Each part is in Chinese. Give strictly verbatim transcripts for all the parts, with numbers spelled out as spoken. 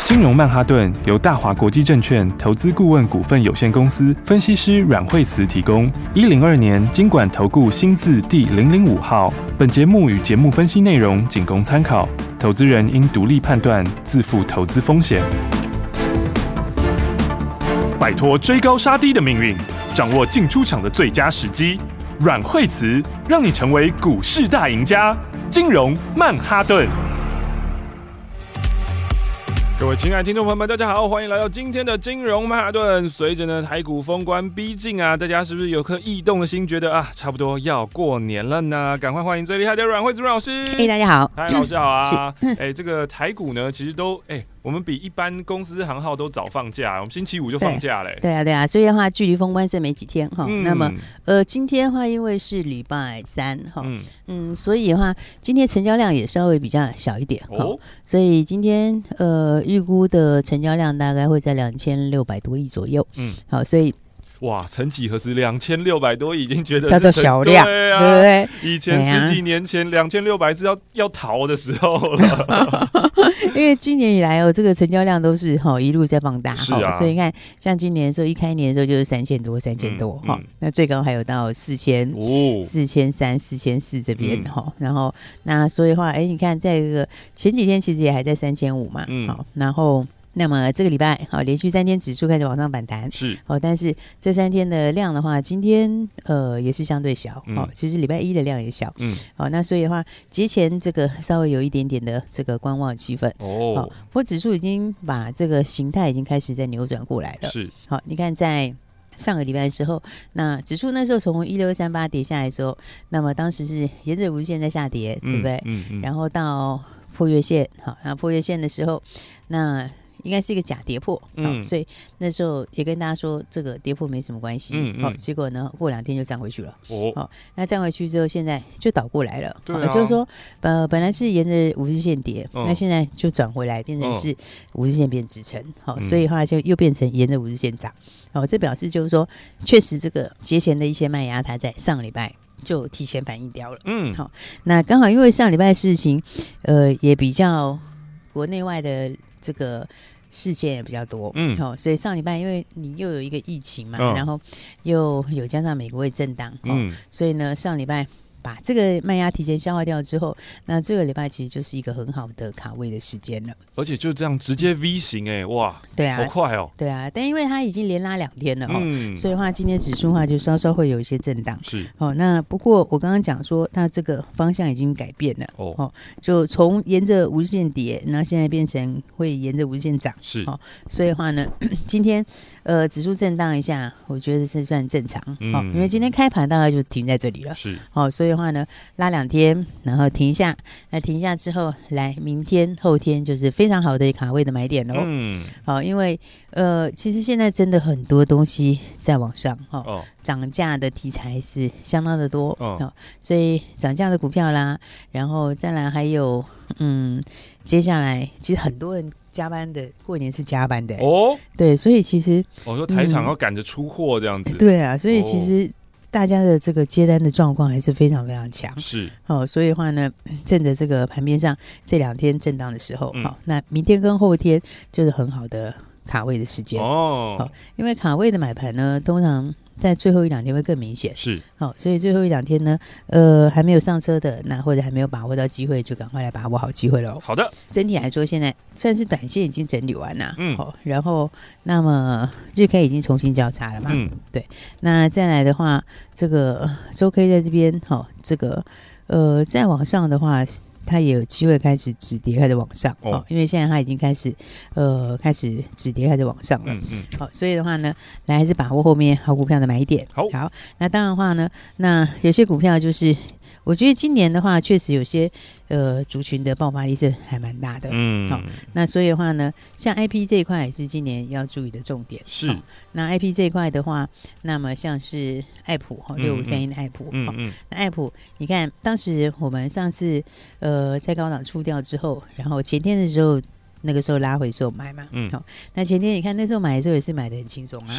金融曼哈顿由大华国际证券投资顾问股份有限公司分析师阮惠慈提供。一零二年金管投顾新字第零零五号。本节目与节目分析内容仅供参考，投资人应独立判断，自负投资风险。摆脱追高杀低的命运，掌握进出场的最佳时机。阮惠慈让你成为股市大赢家。金融曼哈顿。各位亲爱的听众朋友们，大家好，欢迎来到今天的金融曼哈顿。随着呢台股封关逼近啊，大家是不是有颗异动的心，觉得啊差不多要过年了呢？赶快欢迎最厉害的阮惠慈阮老师。 哎、欸，大家好， 嗨，老师好啊。哎、欸，这个台股呢，其实都哎。欸我们比一般公司行号都早放假，我们星期五就放假嘞、欸。 对啊，对啊，所以的话，距离封关剩没几天哈、嗯。那么，呃，今天的话，因为是礼拜三哈，嗯, 嗯，所以的话，今天成交量也稍微比较小一点哈、哦，所以今天呃预估的成交量大概会在两千六百多亿左右。嗯，好，所以。 哇，曾几何时，两千六百多已经觉得叫做小量， 对啊，对不对？以前十几年前，两千六百是要要逃的时候了。 因为今年以来哦，这个成交量都是哈、哦、一路在放大， 是啊， 所以你看，像今年的时候一开年的时候就是三千多，三千多哈、嗯嗯，那最高还有到四千、四千三、四千四这边哈、嗯，然后那所以的话，哎，你看在这个前几天其实也还在三千五嘛，嗯，好，然后。那么这个礼拜好，连续三天指数开始往上反弹， 是哦，但是这三天的量的话，今天呃也是相对小，嗯、哦，其实礼拜一的量也小，嗯，好、哦，那所以的话，节前这个稍微有一点点的这个观望气氛，哦，哦不过指数已经把这个形态已经开始在扭转过来了， 是， 好、哦，你看在。上个礼拜的时候，那指数那时候从一六三八跌下来的时候，那么当时是沿着五日线在下跌，嗯、对不对？嗯嗯。然后到破月线，好，然后破月线的时候，那。应该是一个假跌破，嗯、所以那时候也跟大家说，这个跌破没什么关系，嗯嗯哦、结果呢，过两天就站回去了，哦，哦那站回去之后，现在就倒过来了， 对、啊哦，就是说，呃，本来是沿着五日线跌，哦、那现在就转回来，变成是五日线变支撑，好、哦，所以的话就又变成沿着五日线涨，哦，这表示就是说，确实这个节前的一些卖压，它在上个礼拜。就提前反应掉了，嗯，好，那刚好因为上礼拜的事情，呃，也比较国内外的这个。事件也比较多，嗯，好、哦，所以上礼拜因为你又有一个疫情嘛，哦、然后又有加上美国的震荡，哦、嗯，所以呢，上礼拜把这个卖压提前消化掉之后，那这个礼拜其实就是一个很好的卡位的时间了， 而且就这样直接 V 型哎、欸，哇， 对啊， 好快哦， 对啊，但因为它已经连拉两天了哦，嗯、所以的话今天指数的话就稍稍会有一些震荡， 是哦，那不过我刚刚讲说它这个方向已经改变了哦，哦，就从沿着五日线跌，然后现在变成会沿着五日线涨， 是哦，所以的话呢，今天呃指数震荡一下，我觉得是算正常，嗯、哦，因为今天开盘大概就停在这里了， 是哦，所以的话呢拉两天，然后停一下，那停一下之后，来明天后天就是非常好的卡位的买点喽。嗯，好、哦，因为呃，其实现在真的很多东西在往上哈，哦，涨价的题材是相当的多哦，哦，所以涨价的股票啦，然后再来还有嗯，接下来其实很多人。加班的过年是加班的哦，对，所以其实我、哦、说台厂要赶着出货这样子、 嗯，对啊，所以其实大家的这个接单的状况还是非常非常强， 是哦，所以的话呢，趁着这个盘面上这两天震荡的时候，好、嗯哦，那明天跟后天就是很好的卡位的时间哦，哦，因为卡位的买盘呢，通常。在最后一两天会更明显， 是好、哦，所以最后一两天呢，呃，还没有上车的，那或者还没有把握到机会，就赶快来把握好机会喽。 好的， 整体来说，现在算是短线已经整理完了，嗯，好、哦，然后那么日 K 已经重新交叉了嘛，嗯，对，那再来的话，这个周 K 在这边，好、哦，这个呃，再往上的话。它也有机会开始止跌，开始往上哦，因为现在它已经开始，呃，开始止跌，开始往上了。嗯嗯。好，所以的话呢，来还是把握后面好股票的买点。 好， 好，那当然的话呢，那有些股票就是，我觉得今年的话，确实有些呃族群的爆发力是还蛮大的。嗯。好，那所以的话呢，像 I P 这一块也是今年要注意的重点。 是。 那 I P 这一块的话，那么像是爱普哈六五三一的爱普，嗯嗯，那爱普，你看当时我们上次呃在高档出掉之后，然后前天的时候。那个时候拉回时候买嘛，嗯，好、哦，那前天你看那时候买的时候也是买的很轻松啊， 是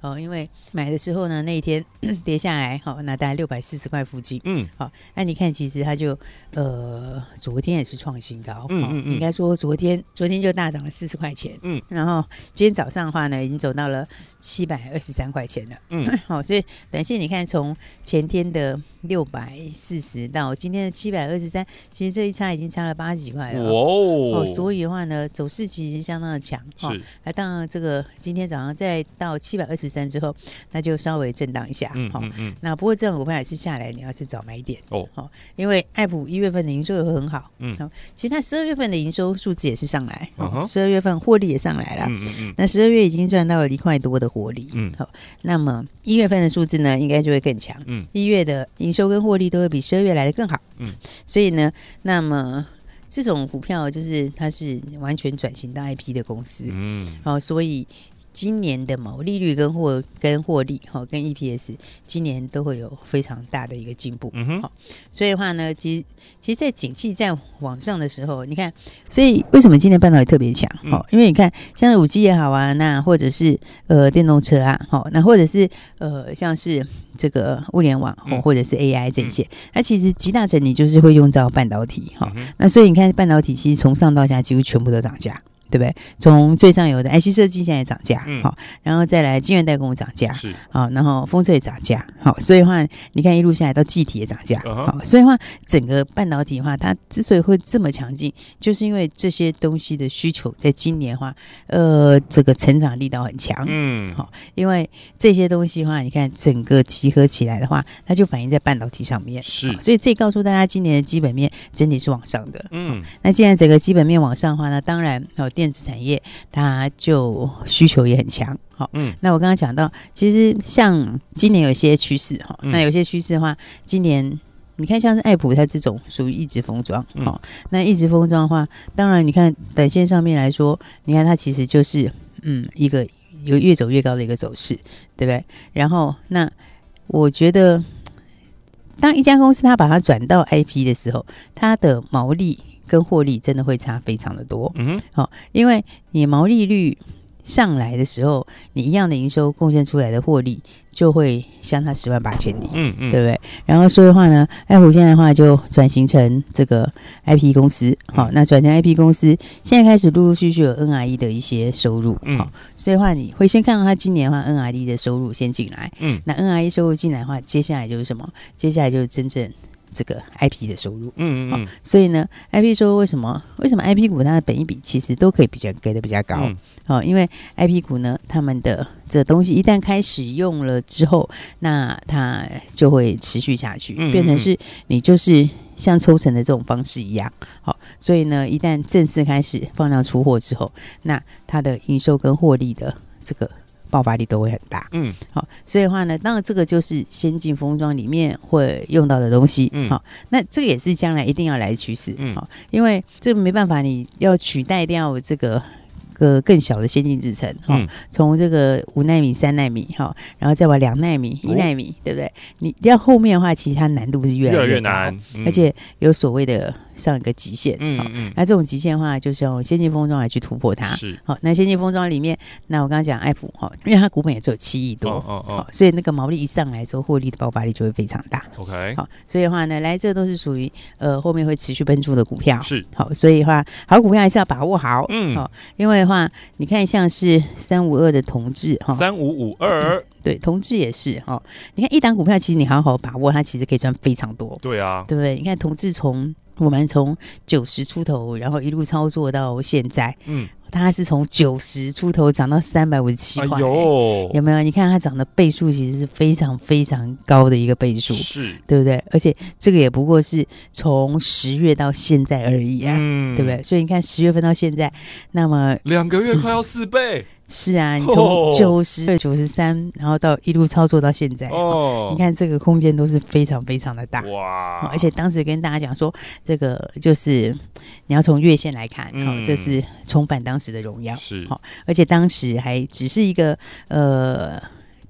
哦，因为买的时候呢，那一天跌下来，好、哦，那大概六百四十块附近，嗯，好、哦，那你看，其实它就呃，昨天也是创新高，嗯嗯嗯，应该说昨天昨天就大涨了四十块钱，嗯，然后今天早上的话呢，已经走到了七百二十三块钱了，嗯，好、哦，所以短线你看从前天的六百四十到今天的七百二十三，其实这一差已经差了八十几块了，哦，哦，所以的话呢，走势其实相当的强，是，哦，那当然这个今天早上再到七百二十三之后，那就稍微震荡一下，嗯嗯嗯，那不过这种股票也是下来，你要是早买点哦，哦，因为爱普一月份的营收也会很好，嗯，哦，其实它十二月份的营收数字也是上来，十二、哦、月份获利也上来了，嗯嗯嗯，那十二月已经赚到了一块多的获利，嗯，好，那么一月份的数字呢，应该就会更强，嗯，一月的营收跟获利都会比十二月来的更好，嗯，所以呢，那么这种股票就是它是完全转型到 I P 的公司，嗯，好，所以今年的毛利率跟获跟获利哈跟 E P S 今年都会有非常大的一个进步，嗯哼，所以的话呢，其实其实，在景气在往上的时候，你看，所以为什么今年半导体特别强？哦、嗯，因为你看，像是五 G 也好啊，那或者是呃电动车啊，好，那或者是呃像是这个物联网哦，或者是 A I 这些，那、嗯、其实极大程度就是会用到半导体哈、嗯。那所以你看，半导体其实从上到下几乎全部都涨价。对不对？从最上游的 I C 设计现在涨价，嗯，好，然后再来晶圆代工涨价，是，好，然后封测也涨价，好，所以的话，你看一路下来到记体也涨价，uh-huh. 好，所以的话，整个半导体的话，它之所以会这么强劲，就是因为这些东西的需求在今年的话，呃，这个成长力道很强，嗯，好，因为这些东西的话，你看整个集合起来的话，它就反映在半导体上面，是，所以这告诉大家，今年的基本面整体是往上的，嗯，那既然整个基本面往上的话，那当然，哦。电子产业它就需求也很强，好，嗯，那我刚刚讲到，其实像今年有一些趋势哈，那有些趋势的话，今年你看像是爱普它这种属于一直封装，好，嗯，那一直封装的话，当然你看短线上面来说，你看它其实就是嗯一个有越走越高的一个走势，对不对？然后那我觉得，当一家公司它把它转到 I P 的时候，它的毛利跟获利真的会差非常的多，嗯哼，好，因为你毛利率上来的时候，你一样的营收贡献出来的获利就会相差十万八千里，嗯嗯，对不对？然后所以的话呢，爱普现在的话就转型成这个 I P 公司，好，嗯，那转成 I P 公司，现在开始陆陆续续有 N R E 的一些收入，嗯，好，所以的话你会先看到它今年的话 N R E 的收入先进来，嗯，那 N R E 收入进来的话，接下来就是什么？接下来就是真正这个 I P 的收入，嗯嗯，嗯，所以呢 ，I P 说为什么为什么 I P 股它的本益比其实都可以比较给的比较高，嗯，哦，因为 I P 股呢，他们的这东西一旦开始用了之后，那它就会持续下去，嗯嗯，变成是你就是像抽成的这种方式一样，好，所以呢，一旦正式开始放量出货之后，那它的营收跟获利的这个爆发力都会很大，嗯，好，所以的话呢，当然这个就是先进封装里面会用到的东西，嗯，好，那这个也是将来一定要来的趋势，嗯，好，因为这没办法，你要取代掉这个个更小的先进制程，嗯，从这个五奈米、三奈米，哈，然后再往两奈米、一奈米，对不对？你要后面的话，其实它难度是越来越难，嗯，而且有所谓的上一个极限，嗯嗯，那这种极限的话，就是用先进封装来去突破它。是，好，那先进封装里面，那我刚刚讲爱普哈，因为它股本也只有七亿多，哦哦哦，所以那个毛利一上来之后，获利的爆发力就会非常大。OK， 好，所以的话呢，来这都是属于呃后面会持续奔出的股票。是，好，所以的话，好股票还是要把握好，嗯，好，因为的话，你看像是三五二的同志哈， 三五五二。 对，同志也是哦。你看一档股票，其实你好好把握，它其实可以赚非常多。对啊，对不对？你看同志从我们从九十出头，然后一路操作到现在，嗯，它是从九十出头涨到三百五十七块，哎呦，有没有？你看它涨的倍数其实是非常非常高的一个倍数，是，对不对？而且这个也不过是从十月到现在而已啊，嗯，对不对？所以你看十月份到现在，那么两个月快要四倍。 嗯，是啊，你从九十、九十三，然后到一路操作到现在，哦，你看这个空间都是非常非常的大哇！而且当时跟大家讲说，这个就是你要从月线来看，嗯，这是重返当时的荣耀，是，而且当时还只是一个呃。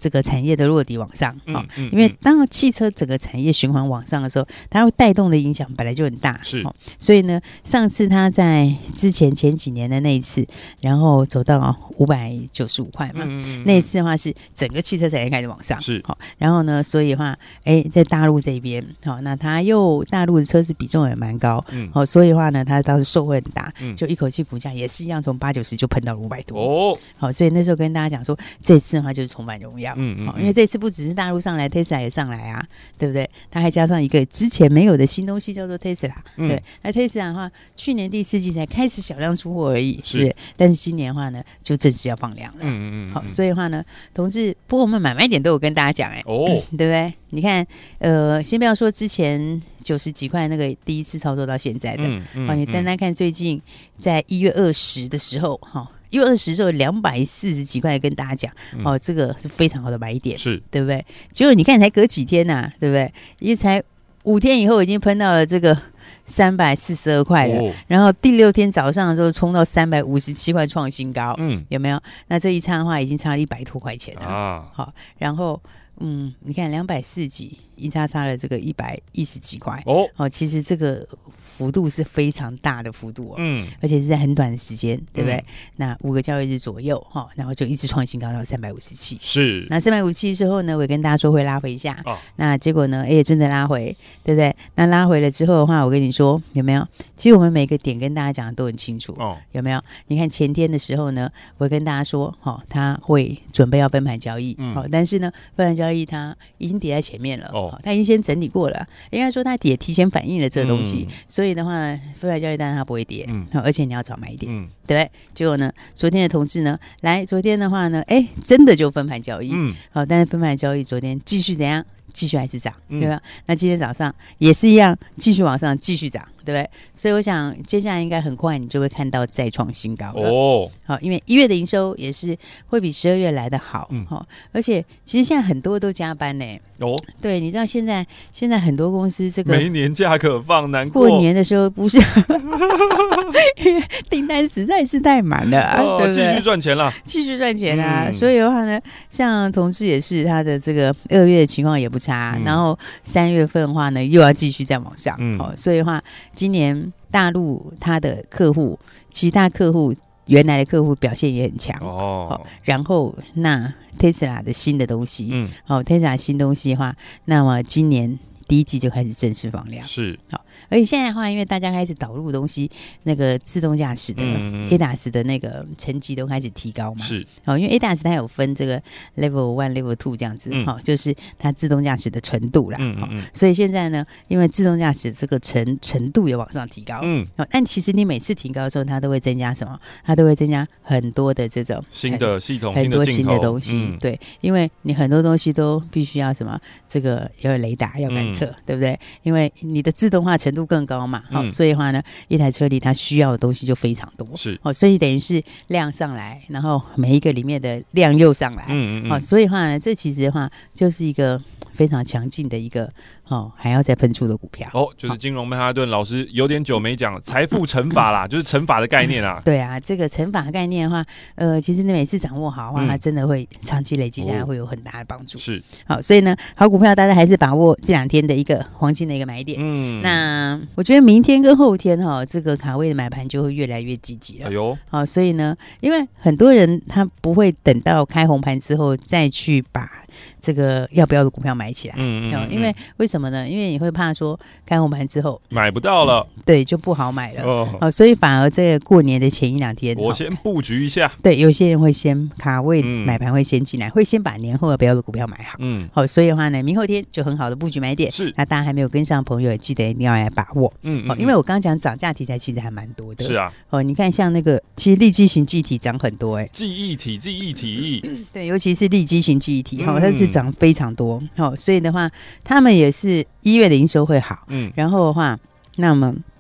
这个产业的落底往上， 嗯嗯、 因为当汽车整个产业循环往上的时候，它会带动的影响本来就很大， 是， 所以呢，上次它在之前前几年的那一次，然后走到五百九十五块嘛，嗯嗯嗯那一次的话是整个汽车产业开始往上， 是， 好，然后呢，所以的话，哎，在大陆这边，好，那它又大陆的车子比重也蛮高，嗯，好，所以的话呢，它当时受惠很大，嗯，就一口气股价也是一样从八九十就喷到了五百多，哦，好，所以那时候跟大家讲说，这次的话就是重返荣耀，嗯嗯，因为这次不只是大陆上来 ，Tesla 也上来啊，对不对？它还加上一个之前没有的新东西叫做 Tesla，嗯，对，那 Tesla 的话，去年第四季才开始小量出货而已，是，是，但是今年的话呢，就正式要放量了，嗯嗯嗯，好，所以的话呢，同志，不过我们买卖点都有跟大家讲，哎，哦，对不对？你看，呃，先不要说之前九十几块那个第一次操作到现在的，嗯嗯、哦，你单单看最近在一月二十的时候，哈、哦，一月二十的时候两百四十几块，跟大家讲，嗯、哦，这个是非常好的买点，是，对不对？结果你看才隔几天呐、啊，对不对？因为才五天以后已经喷到了这个三百四十二块了，哦、然后第六天早上的时候冲到三百五十七块创新高，嗯，有没有？那这一差的话已经差了一百多块钱了啊，好，然后。嗯，你看两百四几，一差差了这个一百一十几块哦，哦，其实这个幅度是非常大的幅度哦，嗯，而且是在很短的时间，对不对？嗯、那五个交易日左右哈、哦，然后就一直创新高到三百五十七，是。那三百五十七之后呢，我也跟大家说会拉回一下，哦、那结果呢，哎，真的拉回，对不对？那拉回了之后的话，我跟你说有没有？其实我们每个点跟大家讲的都很清楚，哦，有没有？你看前天的时候呢，我跟大家说，哈、哦，他会准备要分盘交易，嗯，好、哦，但是呢，分盘交易。它已经跌在前面了，哦，它已经先整理过了，应该说它也提前反映了这个东西，嗯、所以的话，分盘交易当然它不会跌，嗯，而且你要早买一点，嗯，对不对？结果呢，昨天的同志呢，来，昨天的话呢，哎，真的就分盘交易，嗯，好，但是分盘交易昨天继续怎样？继续还是涨，对吧？嗯、那今天早上也是一样，继续往上，继续涨，对不对？所以我想接下来应该很快你就会看到再创新高了哦。好，因为一月的营收也是会比十二月来的好，嗯、哦，而且其实现在很多都加班呢。哦，对，你知道现在现在很多公司这个没年假可放，难过。 过年的时候不是，因为订单实在是太满了、啊，哦、对不对？ 继续赚钱了， 继续赚钱啊！嗯、所以的话呢，像同志也是他的这个二月的情况也不差，嗯、然后三月份的话呢又要继续再往上，嗯、哦，所以的话，今年大陆他的客户，其他客户原来的客户表现也很强哦，哦，然后那 Tesla 的新的东西，嗯，好、哦、，Tesla 新东西的话，那么今年第一季就开始正式放量，是好。而且现在的话，因为大家开始导入东西，那个自动驾驶的 A D A S 的那个层级都开始提高嘛。是，哦，因为 A D A S 它有分这个 Level One、Level Two 这样子，哈、嗯哦，就是它自动驾驶的程度啦。嗯嗯嗯、哦。所以现在呢，因为自动驾驶这个程程度也往上提高，嗯，哦，但其实你每次提高的时候，它都会增加什么？它都会增加很多的这种新的系统、 很多新的东西。嗯、对，因为你很多东西都必须要什么？这个要有雷达，要感测，嗯、对不对？因为你的自动化程度更高嘛，好、嗯哦，所以的话呢，一台车里它需要的东西就非常多，是哦，所以等于是量上来，然后每一个里面的量又上来，嗯嗯嗯，好、哦，所以的话呢，这其实的话就是一个非常强劲的一个哦，还要再喷出的股票哦，就是金融曼哈顿老师有点久没讲财富乘法啦，就是乘法的概念啊、嗯。 对啊，这个乘法概念的话，呃，其实你每次掌握好的话，嗯、它真的会长期累积下来会有很大的帮助。是，好，所以呢，好股票大家还是把握这两天的一个黄金的一个买点。嗯，那我觉得明天跟后天哈、哦，这个卡位的买盘就会越来越积极了。哎呦，好，所以呢，因为很多人他不会等到开红盘之后再去把这个要不要的股票买起来，嗯嗯嗯，因为为什么呢？因为你会怕说开红盘之后买不到了， 对，就不好买了哦，哦，所以反而这个过年的前一两天， 我先布局一下。 对，有些人会先卡位买盘，会先进来，嗯、会先把年后要不要的股票买好。嗯，好、哦，所以的话呢，明后天就很好的布局买点。是，那大家还没有跟上的朋友，也记得一定要来把握。嗯，哦，因为我刚刚讲涨价题材其实还蛮多的。是啊，哦，你看像那个，其实利基型记忆体涨很多哎、欸， 记忆体，记忆体， 对，尤其是利基型记忆体，哈、哦，它是涨非常多。哦，所以的话，他们也是一月的营收会好，嗯，然后的话，那么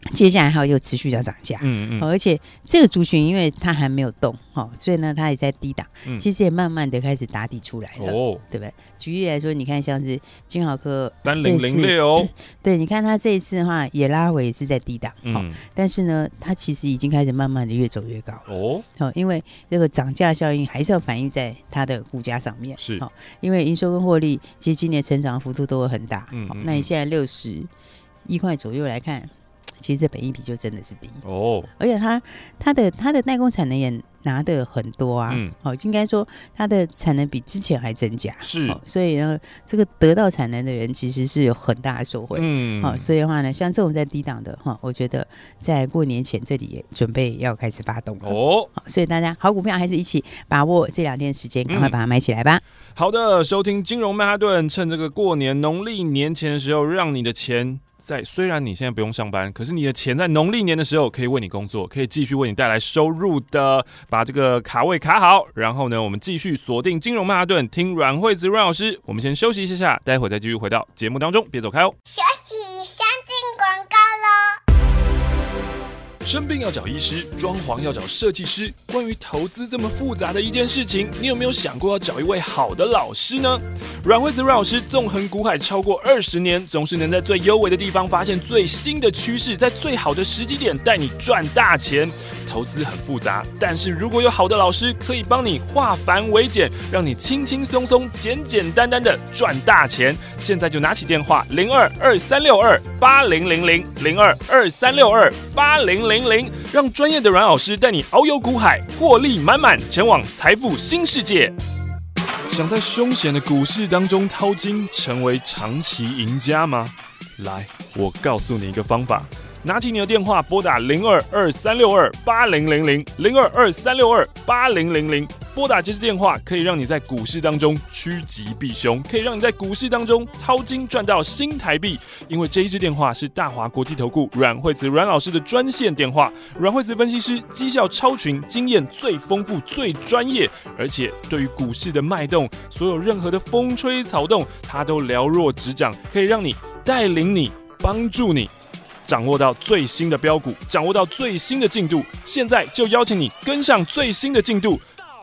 接下来还有又持续要涨价，嗯嗯、哦，而且这个族群因为它还没有动，哦，所以呢它也在低档，嗯、其实也慢慢的开始打底出来了，哦，对不对？举例来说，你看像是金豪科三零零六， 对，你看它这一次的话也拉回也是在低档，嗯、哦，但是呢它其实已经开始慢慢的越走越高了，哦，哦，因为这个涨价效应还是要反映在它的股价上面， 是，哦， 因为营收跟获利其实今年成长幅度都会很大，嗯嗯嗯，那你现在六十一块左右来看。其实这本益比就真的是低哦，而且它它的它的代工产能也拿的很多啊，嗯，哦，应该说它的产能比之前还增加， 是， 哦，所以呢，这个得到产能的人其实是有很大的受惠，嗯，好，哦，所以的话呢，像这种在低档的哈，我觉得在过年前这里也准备要开始发动了哦，好，所以大家好股票还是一起把握这两天时间，赶快把它买起来吧。 嗯，好的，收听金融曼哈顿，趁这个过年农历年前的时候，让你的钱。在虽然你现在不用上班，可是你的钱在农历年的时候可以为你工作，可以继续为你带来收入的。把这个卡位卡好，然后呢，我们继续锁定金融曼哈顿，听阮惠子阮老师。我们先休息一下，待会再继续回到节目当中，别走开哦。 休息，先进广告喽。 生病要找医师，装潢要找设计师。关于投资这么复杂的一件事情，你有没有想过要找一位好的老师呢？阮惠子阮老师纵横股海超过二十年，总是能在最优微的地方发现最新的趋势，在最好的时机点带你赚大钱。投资很复杂，但是如果有好的老师可以帮你化繁为简，让你轻轻松松、简简单单的赚大钱。现在就拿起电话零二二三六二八零零零零二二三六二八零零零，让专业的阮老师带你遨游股海，获利满满，前往财富新世界。想在凶险的股市当中淘金，成为长期赢家吗？来，我告诉你一个方法。拿起你的电话，拨打零二二三六二八零零零零二二三六二八零零零。拨打这支电话，可以让你在股市当中趋吉避凶，可以让你在股市当中淘金赚到新台币。因为这一支电话是大华国际投顾阮惠慈阮老师的专线电话，阮惠慈分析师绩效超群，经验最丰富、最专业，而且对于股市的脉动，所有任何的风吹草动，他都了若指掌，可以让你带领你、帮助你。掌握到最新的标股，掌握到最新的进度，现在就邀请你跟上最新的进度。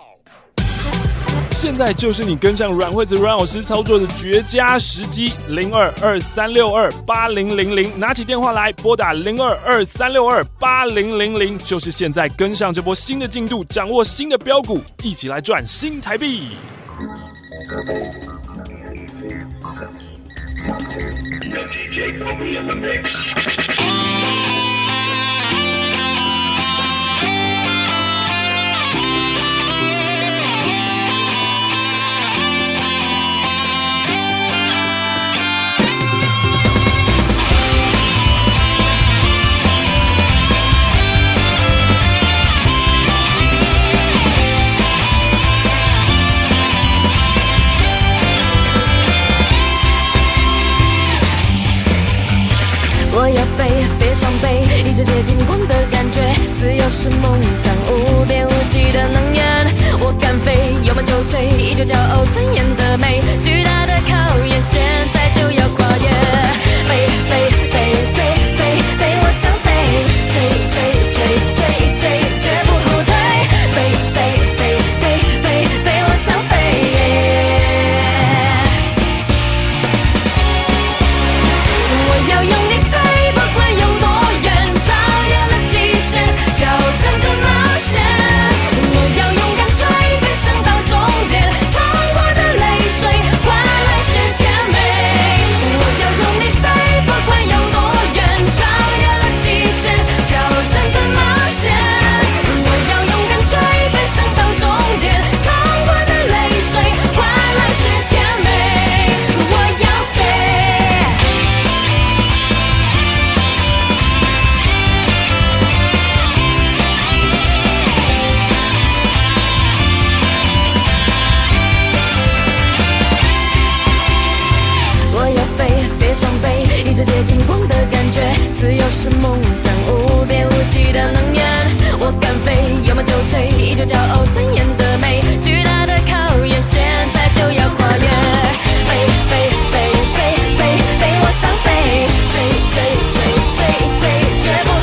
现在就是你跟上阮惠子阮老师操作的绝佳时机，零二二三六二八零零零，拿起电话来拨打零二二三六二八零零零，就是现在跟上这波新的进度，掌握新的标股，一起来赚新台币。No D J put me in the mix. 我要飞，飞上北，一直接近光的感觉，自由是梦想，无边无际的能源。我敢飞，有梦就追，依旧骄傲尊严的美，巨大的考验，现在就要跨越。飞飞飞飞飞飞，我想飞，追追追追追，绝不后退。飞飞飞飞飞飞，我想飞。我要用力飞。世界金光的感觉，自由是梦想，无边无际的能源。我敢飞，有梦就追，依旧骄傲尊严的美，巨大的考验，现在就要跨越。飞飞飞飞飞飞，我想飞，追追追追追，绝不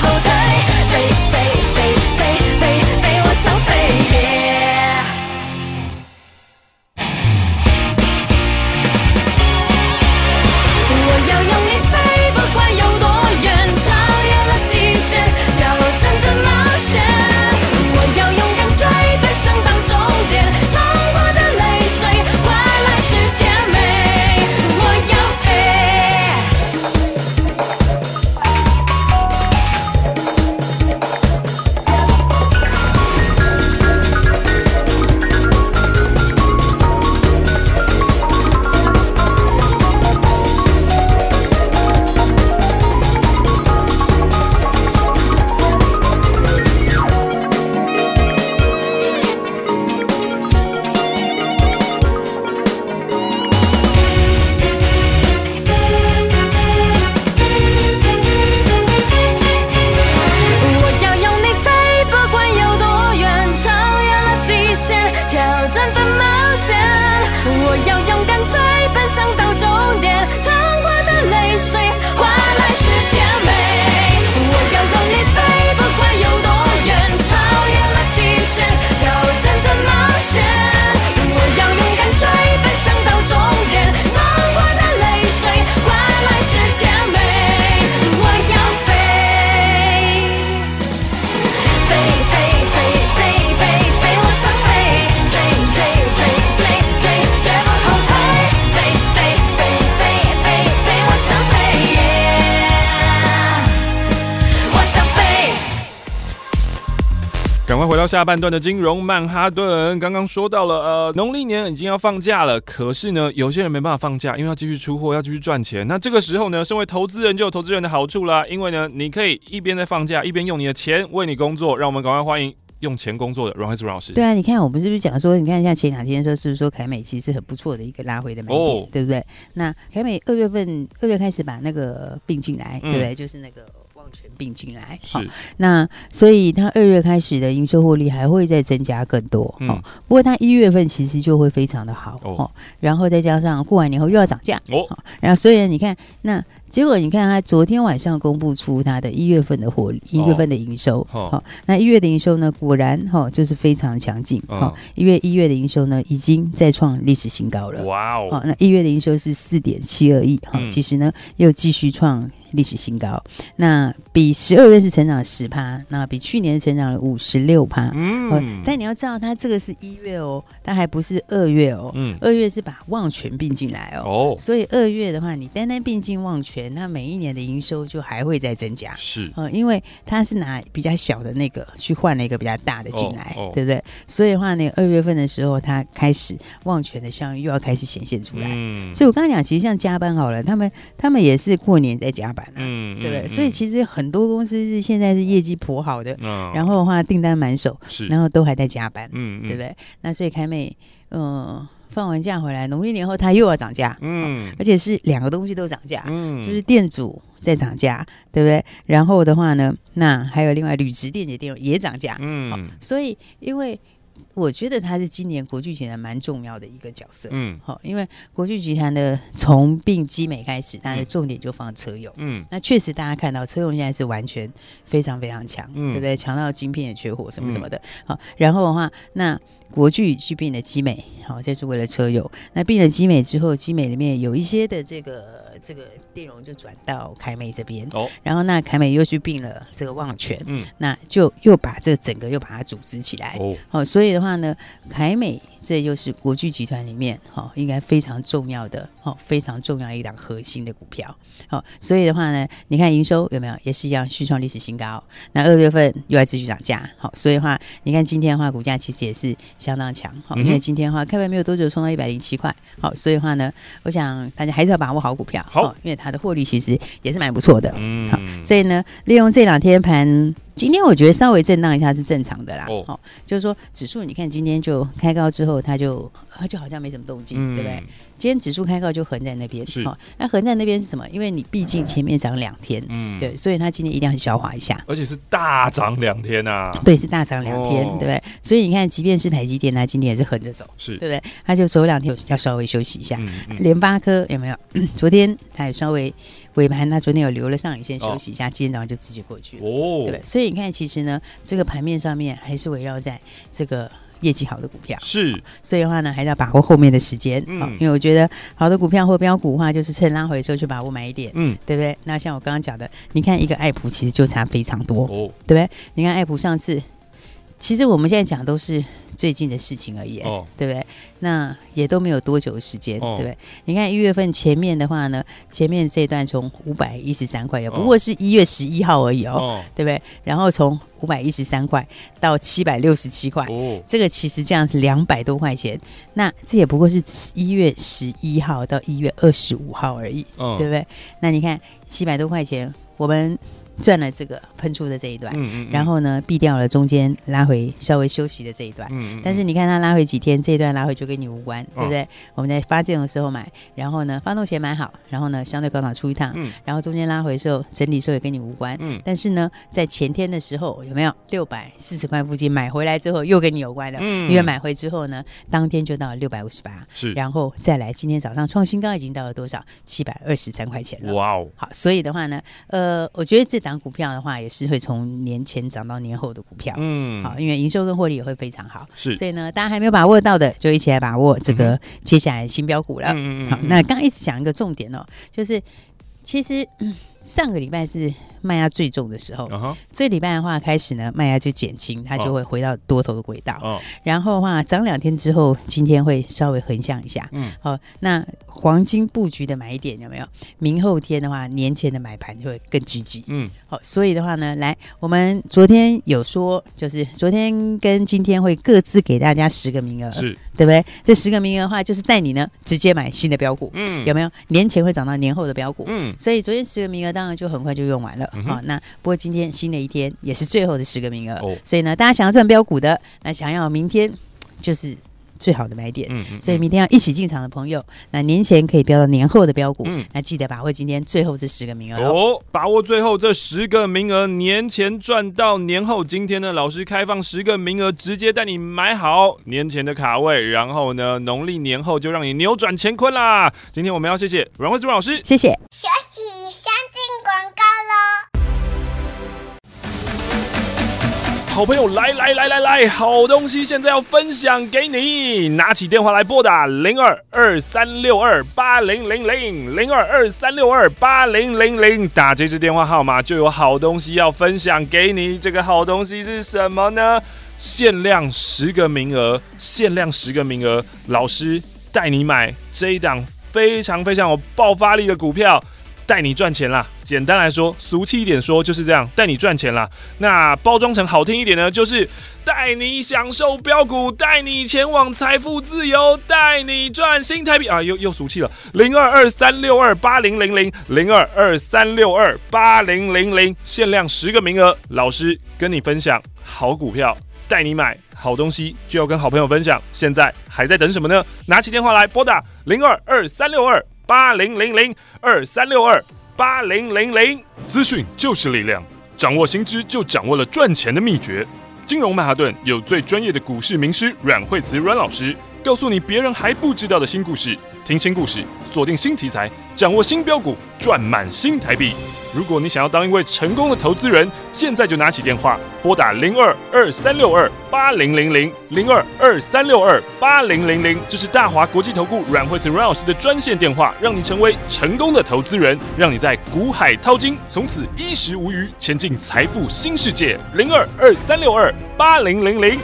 到下半段的金融曼哈顿，刚刚说到了，呃，农历年已经要放假了，可是呢，有些人没办法放假，因为要继续出货，要继续赚钱。那这个时候呢，身为投资人就有投资人的好处啦，因为呢，你可以一边在放假，一边用你的钱为你工作。让我们赶快欢迎用钱工作的阮慧淑老师。 对啊，你看我们是不是讲说，你看像前两天的时候，是不是说凯美其实很不错的一个拉回的买点，哦、对不对？那凯美二月份二月开始把那个并进来，嗯、对不对？就是那个。全并进来， 是、哦、 那所以它二月开始的营收获利还会再增加更多，嗯哦、不过它一月份其实就会非常的好，哦哦、然后再加上过完年后又要涨价，哦哦、然后所以你看那。结果你看，他昨天晚上公布出他的一月份的获利，一月份的营收，好、哦哦，那一月的营收呢，果然哈、哦、就是非常强劲，哈、哦，一月一月的营收呢已经再创历史新高了，哇哦，哦，那一月的营收是四点七二亿，哈、哦，其实呢又继续创历史新高，那比十二月是成长十趴，那比去年成长了五十六趴，嗯、哦，但你要知道，它这个是一月哦，它还不是二月哦，嗯，二月是把旺全并进来哦，哦，所以二月的话，你单单并进旺全。那每一年的营收就还会再增加， 是， 呃，因为它是拿比较小的那个去换了一个比较大的进来，哦哦、对不对？所以的话呢，二月份的时候，它开始旺全的效应又要开始显现出来。嗯、所以我刚才讲，其实像加班好了，他们他们也是过年在加班啊，嗯、对不对？嗯、所以其实很多公司是现在是业绩颇好的，嗯、然后的话订单满手，然后都还在加班，嗯、对不对？那所以凯美，嗯、呃。放完假回来，农历年后它又要涨价，嗯，而且是两个东西都涨价，嗯，就是电阻在涨价，对不对？然后的话呢，那还有另外铝质电解电也涨价，嗯，所以因为我觉得它是今年国巨集团蛮重要的一个角色，嗯，好，因为国巨集团的从并基美开始，它的重点就放车用，嗯，那确实大家看到车用现在是完全非常非常强，嗯、对不对？强到晶片也缺货什么什么的，好、嗯，然后的话，那国巨去并了基美，好，这是为了车用。那并了基美之后，基美里面有一些的这个这个电容就转到凯美这边，哦，然后那凯美又去并了这个旺全，嗯，那就又把这整个又把它组织起来，哦，好，所以的话呢，凯美这就是国巨集团里面，好，应该非常重要的，好，非常重要一档核心的股票，好，所以的话呢，你看营收有没有也是一样续创历史新高？那二月份又要继续涨价，好，所以的话，你看今天的话，股价其实也是相当强，好，因为今天的话开盘没有多久冲到一百零七块，好，所以的话呢，我想大家还是要把握好股票，好，因为它的获利其实也是蛮不错的，嗯，好，所以呢，利用这两天盘。今天我觉得稍微震荡一下是正常的啦，哦，哦就是说指数你看今天就开高之后，它就它就好像没什么动静，嗯、对不对？今天指数开高就横在那边，是，哦，那横在那边是什么？因为你毕竟前面涨两天，嗯，对，所以它今天一定要消化一下， 而且是大涨两天啊， 对，是大涨两天，哦、对不对？所以你看，即便是台积电，它今天也是横着走，是，对不对？它就走两天要稍微休息一下。嗯嗯、联发科有没有？嗯、昨天它有稍微尾盘，它昨天有留了上影线休息一下，哦、今天早上就直接过去了，哦，对不对？所以你看，其实呢，这个盘面上面还是围绕在这个业绩好的股票， 是， 所以的话呢，还是要把握后面的时间，嗯、因为我觉得好的股票或标股的话，就是趁拉回的时候去把握买一点，嗯，对不对？那像我刚刚讲的，你看一个爱普其实就差非常多，哦，对不对？你看爱普上次，其实我们现在讲都是最近的事情而已，哦，对不对？那也都没有多久的时间，哦、对不对？你看一月份前面的话呢，前面这一段从五百一十三块，不过是一月十一号而已 哦, 哦，对不对？然后从五百一十三块到七百六十七块，哦，这个其实这样是两百多块钱。那这也不过是一月十一号到一月二十五号而已，哦，对不对？那你看七百多块钱，我们赚了这个喷出的这一段，嗯嗯嗯，然后呢避掉了中间拉回稍微休息的这一段，嗯嗯嗯，但是你看它拉回几天，这一段拉回就跟你无关，哦，对不对？我们在发这种的时候买，然后呢发动前买好，然后呢相对高档出一趟，嗯，然后中间拉回的时候整理的时候也跟你无关，嗯，但是呢在前天的时候有没有六百四十块附近买回来之后又跟你有关了，嗯，因为买回之后呢当天就到了六百五十八，是，然后再来今天早上创新高已经到了多少？七百二十三块钱了，哇哦！好，所以的话呢，呃，我觉得这档股票的话也是会从年前涨到年后的股票，嗯，好，因为营收跟获利也会非常好，是，所以呢，大家还没有把握到的，就一起来把握这个接下来新标股了。嗯嗯嗯，好，那刚刚一直讲一个重点哦，就是其实，嗯、 上个礼拜是卖压最重的时候， uh-huh. 这个礼拜的话开始呢，卖压就减轻，它就会回到多头的轨道。 哦、 然后的话，涨两天之后，今天会稍微横向一下。嗯，好、哦，那黄金布局的买点有没有？明后天的话，年前的买盘就会更积极。嗯，好、哦，所以的话呢，来，我们昨天有说，就是昨天跟今天会各自给大家十个名额， 是， 对不对？这十个名额的话，就是带你呢直接买新的标股。嗯，有没有？年前会涨到年后的标股。嗯，所以昨天十个名额当然就很快就用完了。好、嗯哦，那不过今天新的一天也是最后的十个名额、哦，所以呢，大家想要赚标股的，那想要明天就是最好的买点，嗯嗯嗯，所以明天要一起进场的朋友，那年前可以标到年后的标股，嗯，那记得把握今天最后这十个名额哦，把握最后这十个名额，年前赚到年后。今天呢，老师开放十个名额，直接带你买好年前的卡位，然后呢，农历年后就让你扭转乾坤啦。今天我们要谢谢阮慧珠老师， 谢谢。 休息，相进广告喽。 好朋友，来来来来来，好东西现在要分享给你，拿起电话来拨打零二二三六二八零零零零二二三六二八零零零，打这支电话号码就有好东西要分享给你。这个好东西是什么呢？限量十个名额，限量十个名额，老师带你买这一档非常非常有爆发力的股票。带你赚钱啦！简单来说，俗气一点说就是这样，带你赚钱啦。那包装成好听一点呢，就是带你享受标股，带你前往财富自由，带你赚新台币啊！又又俗气了。零二二三六二八零零零零二二三六二八零零零，限量十个名额，老师跟你分享好股票，带你买好东西，就要跟好朋友分享。现在还在等什么呢？拿起电话来拨打零二二三六二八零零零二三六二八零零零，资讯就是力量，掌握新知就掌握了赚钱的秘诀。金融曼哈顿有最专业的股市名师阮慧慈阮老师，告诉你别人还不知道的新故事，听新故事，锁定新题材，掌握新标股，赚满新台币。如果你想要当一位成功的投资人，现在就拿起电话拨打零二二三六二八零零零零二二三六二八零零零，这是大华国际投顾阮慧慈阮老师的专线电话，让你成为成功的投资人，让你在股海淘金，从此衣食无虞，前进财富新世界。零二二三六二八零零零。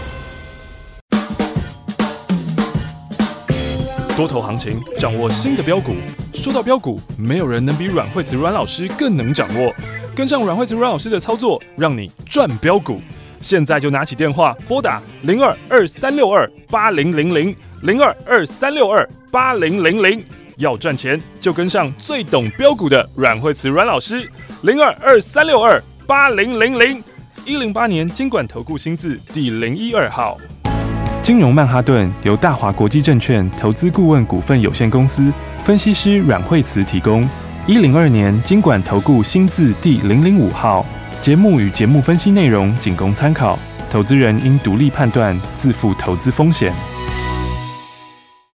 多头行情，掌握新的标股。说到标股，没有人能比阮慧慈阮老师更能掌握。跟上阮慧慈阮老师的操作，让你赚标股。现在就拿起电话拨打零二二三六二八零零零零二二三六二八零零零。要赚钱，就跟上最懂标股的阮慧慈阮老师。零二二三六二八零零零。一零八年金管投顾新字第零一二号。金融曼哈顿由大华国际证券投资顾问股份有限公司分析师阮慧慈提供。一零二年金管投顾新字第零零五号。节目与节目分析内容仅供参考，投资人应独立判断，自负投资风险。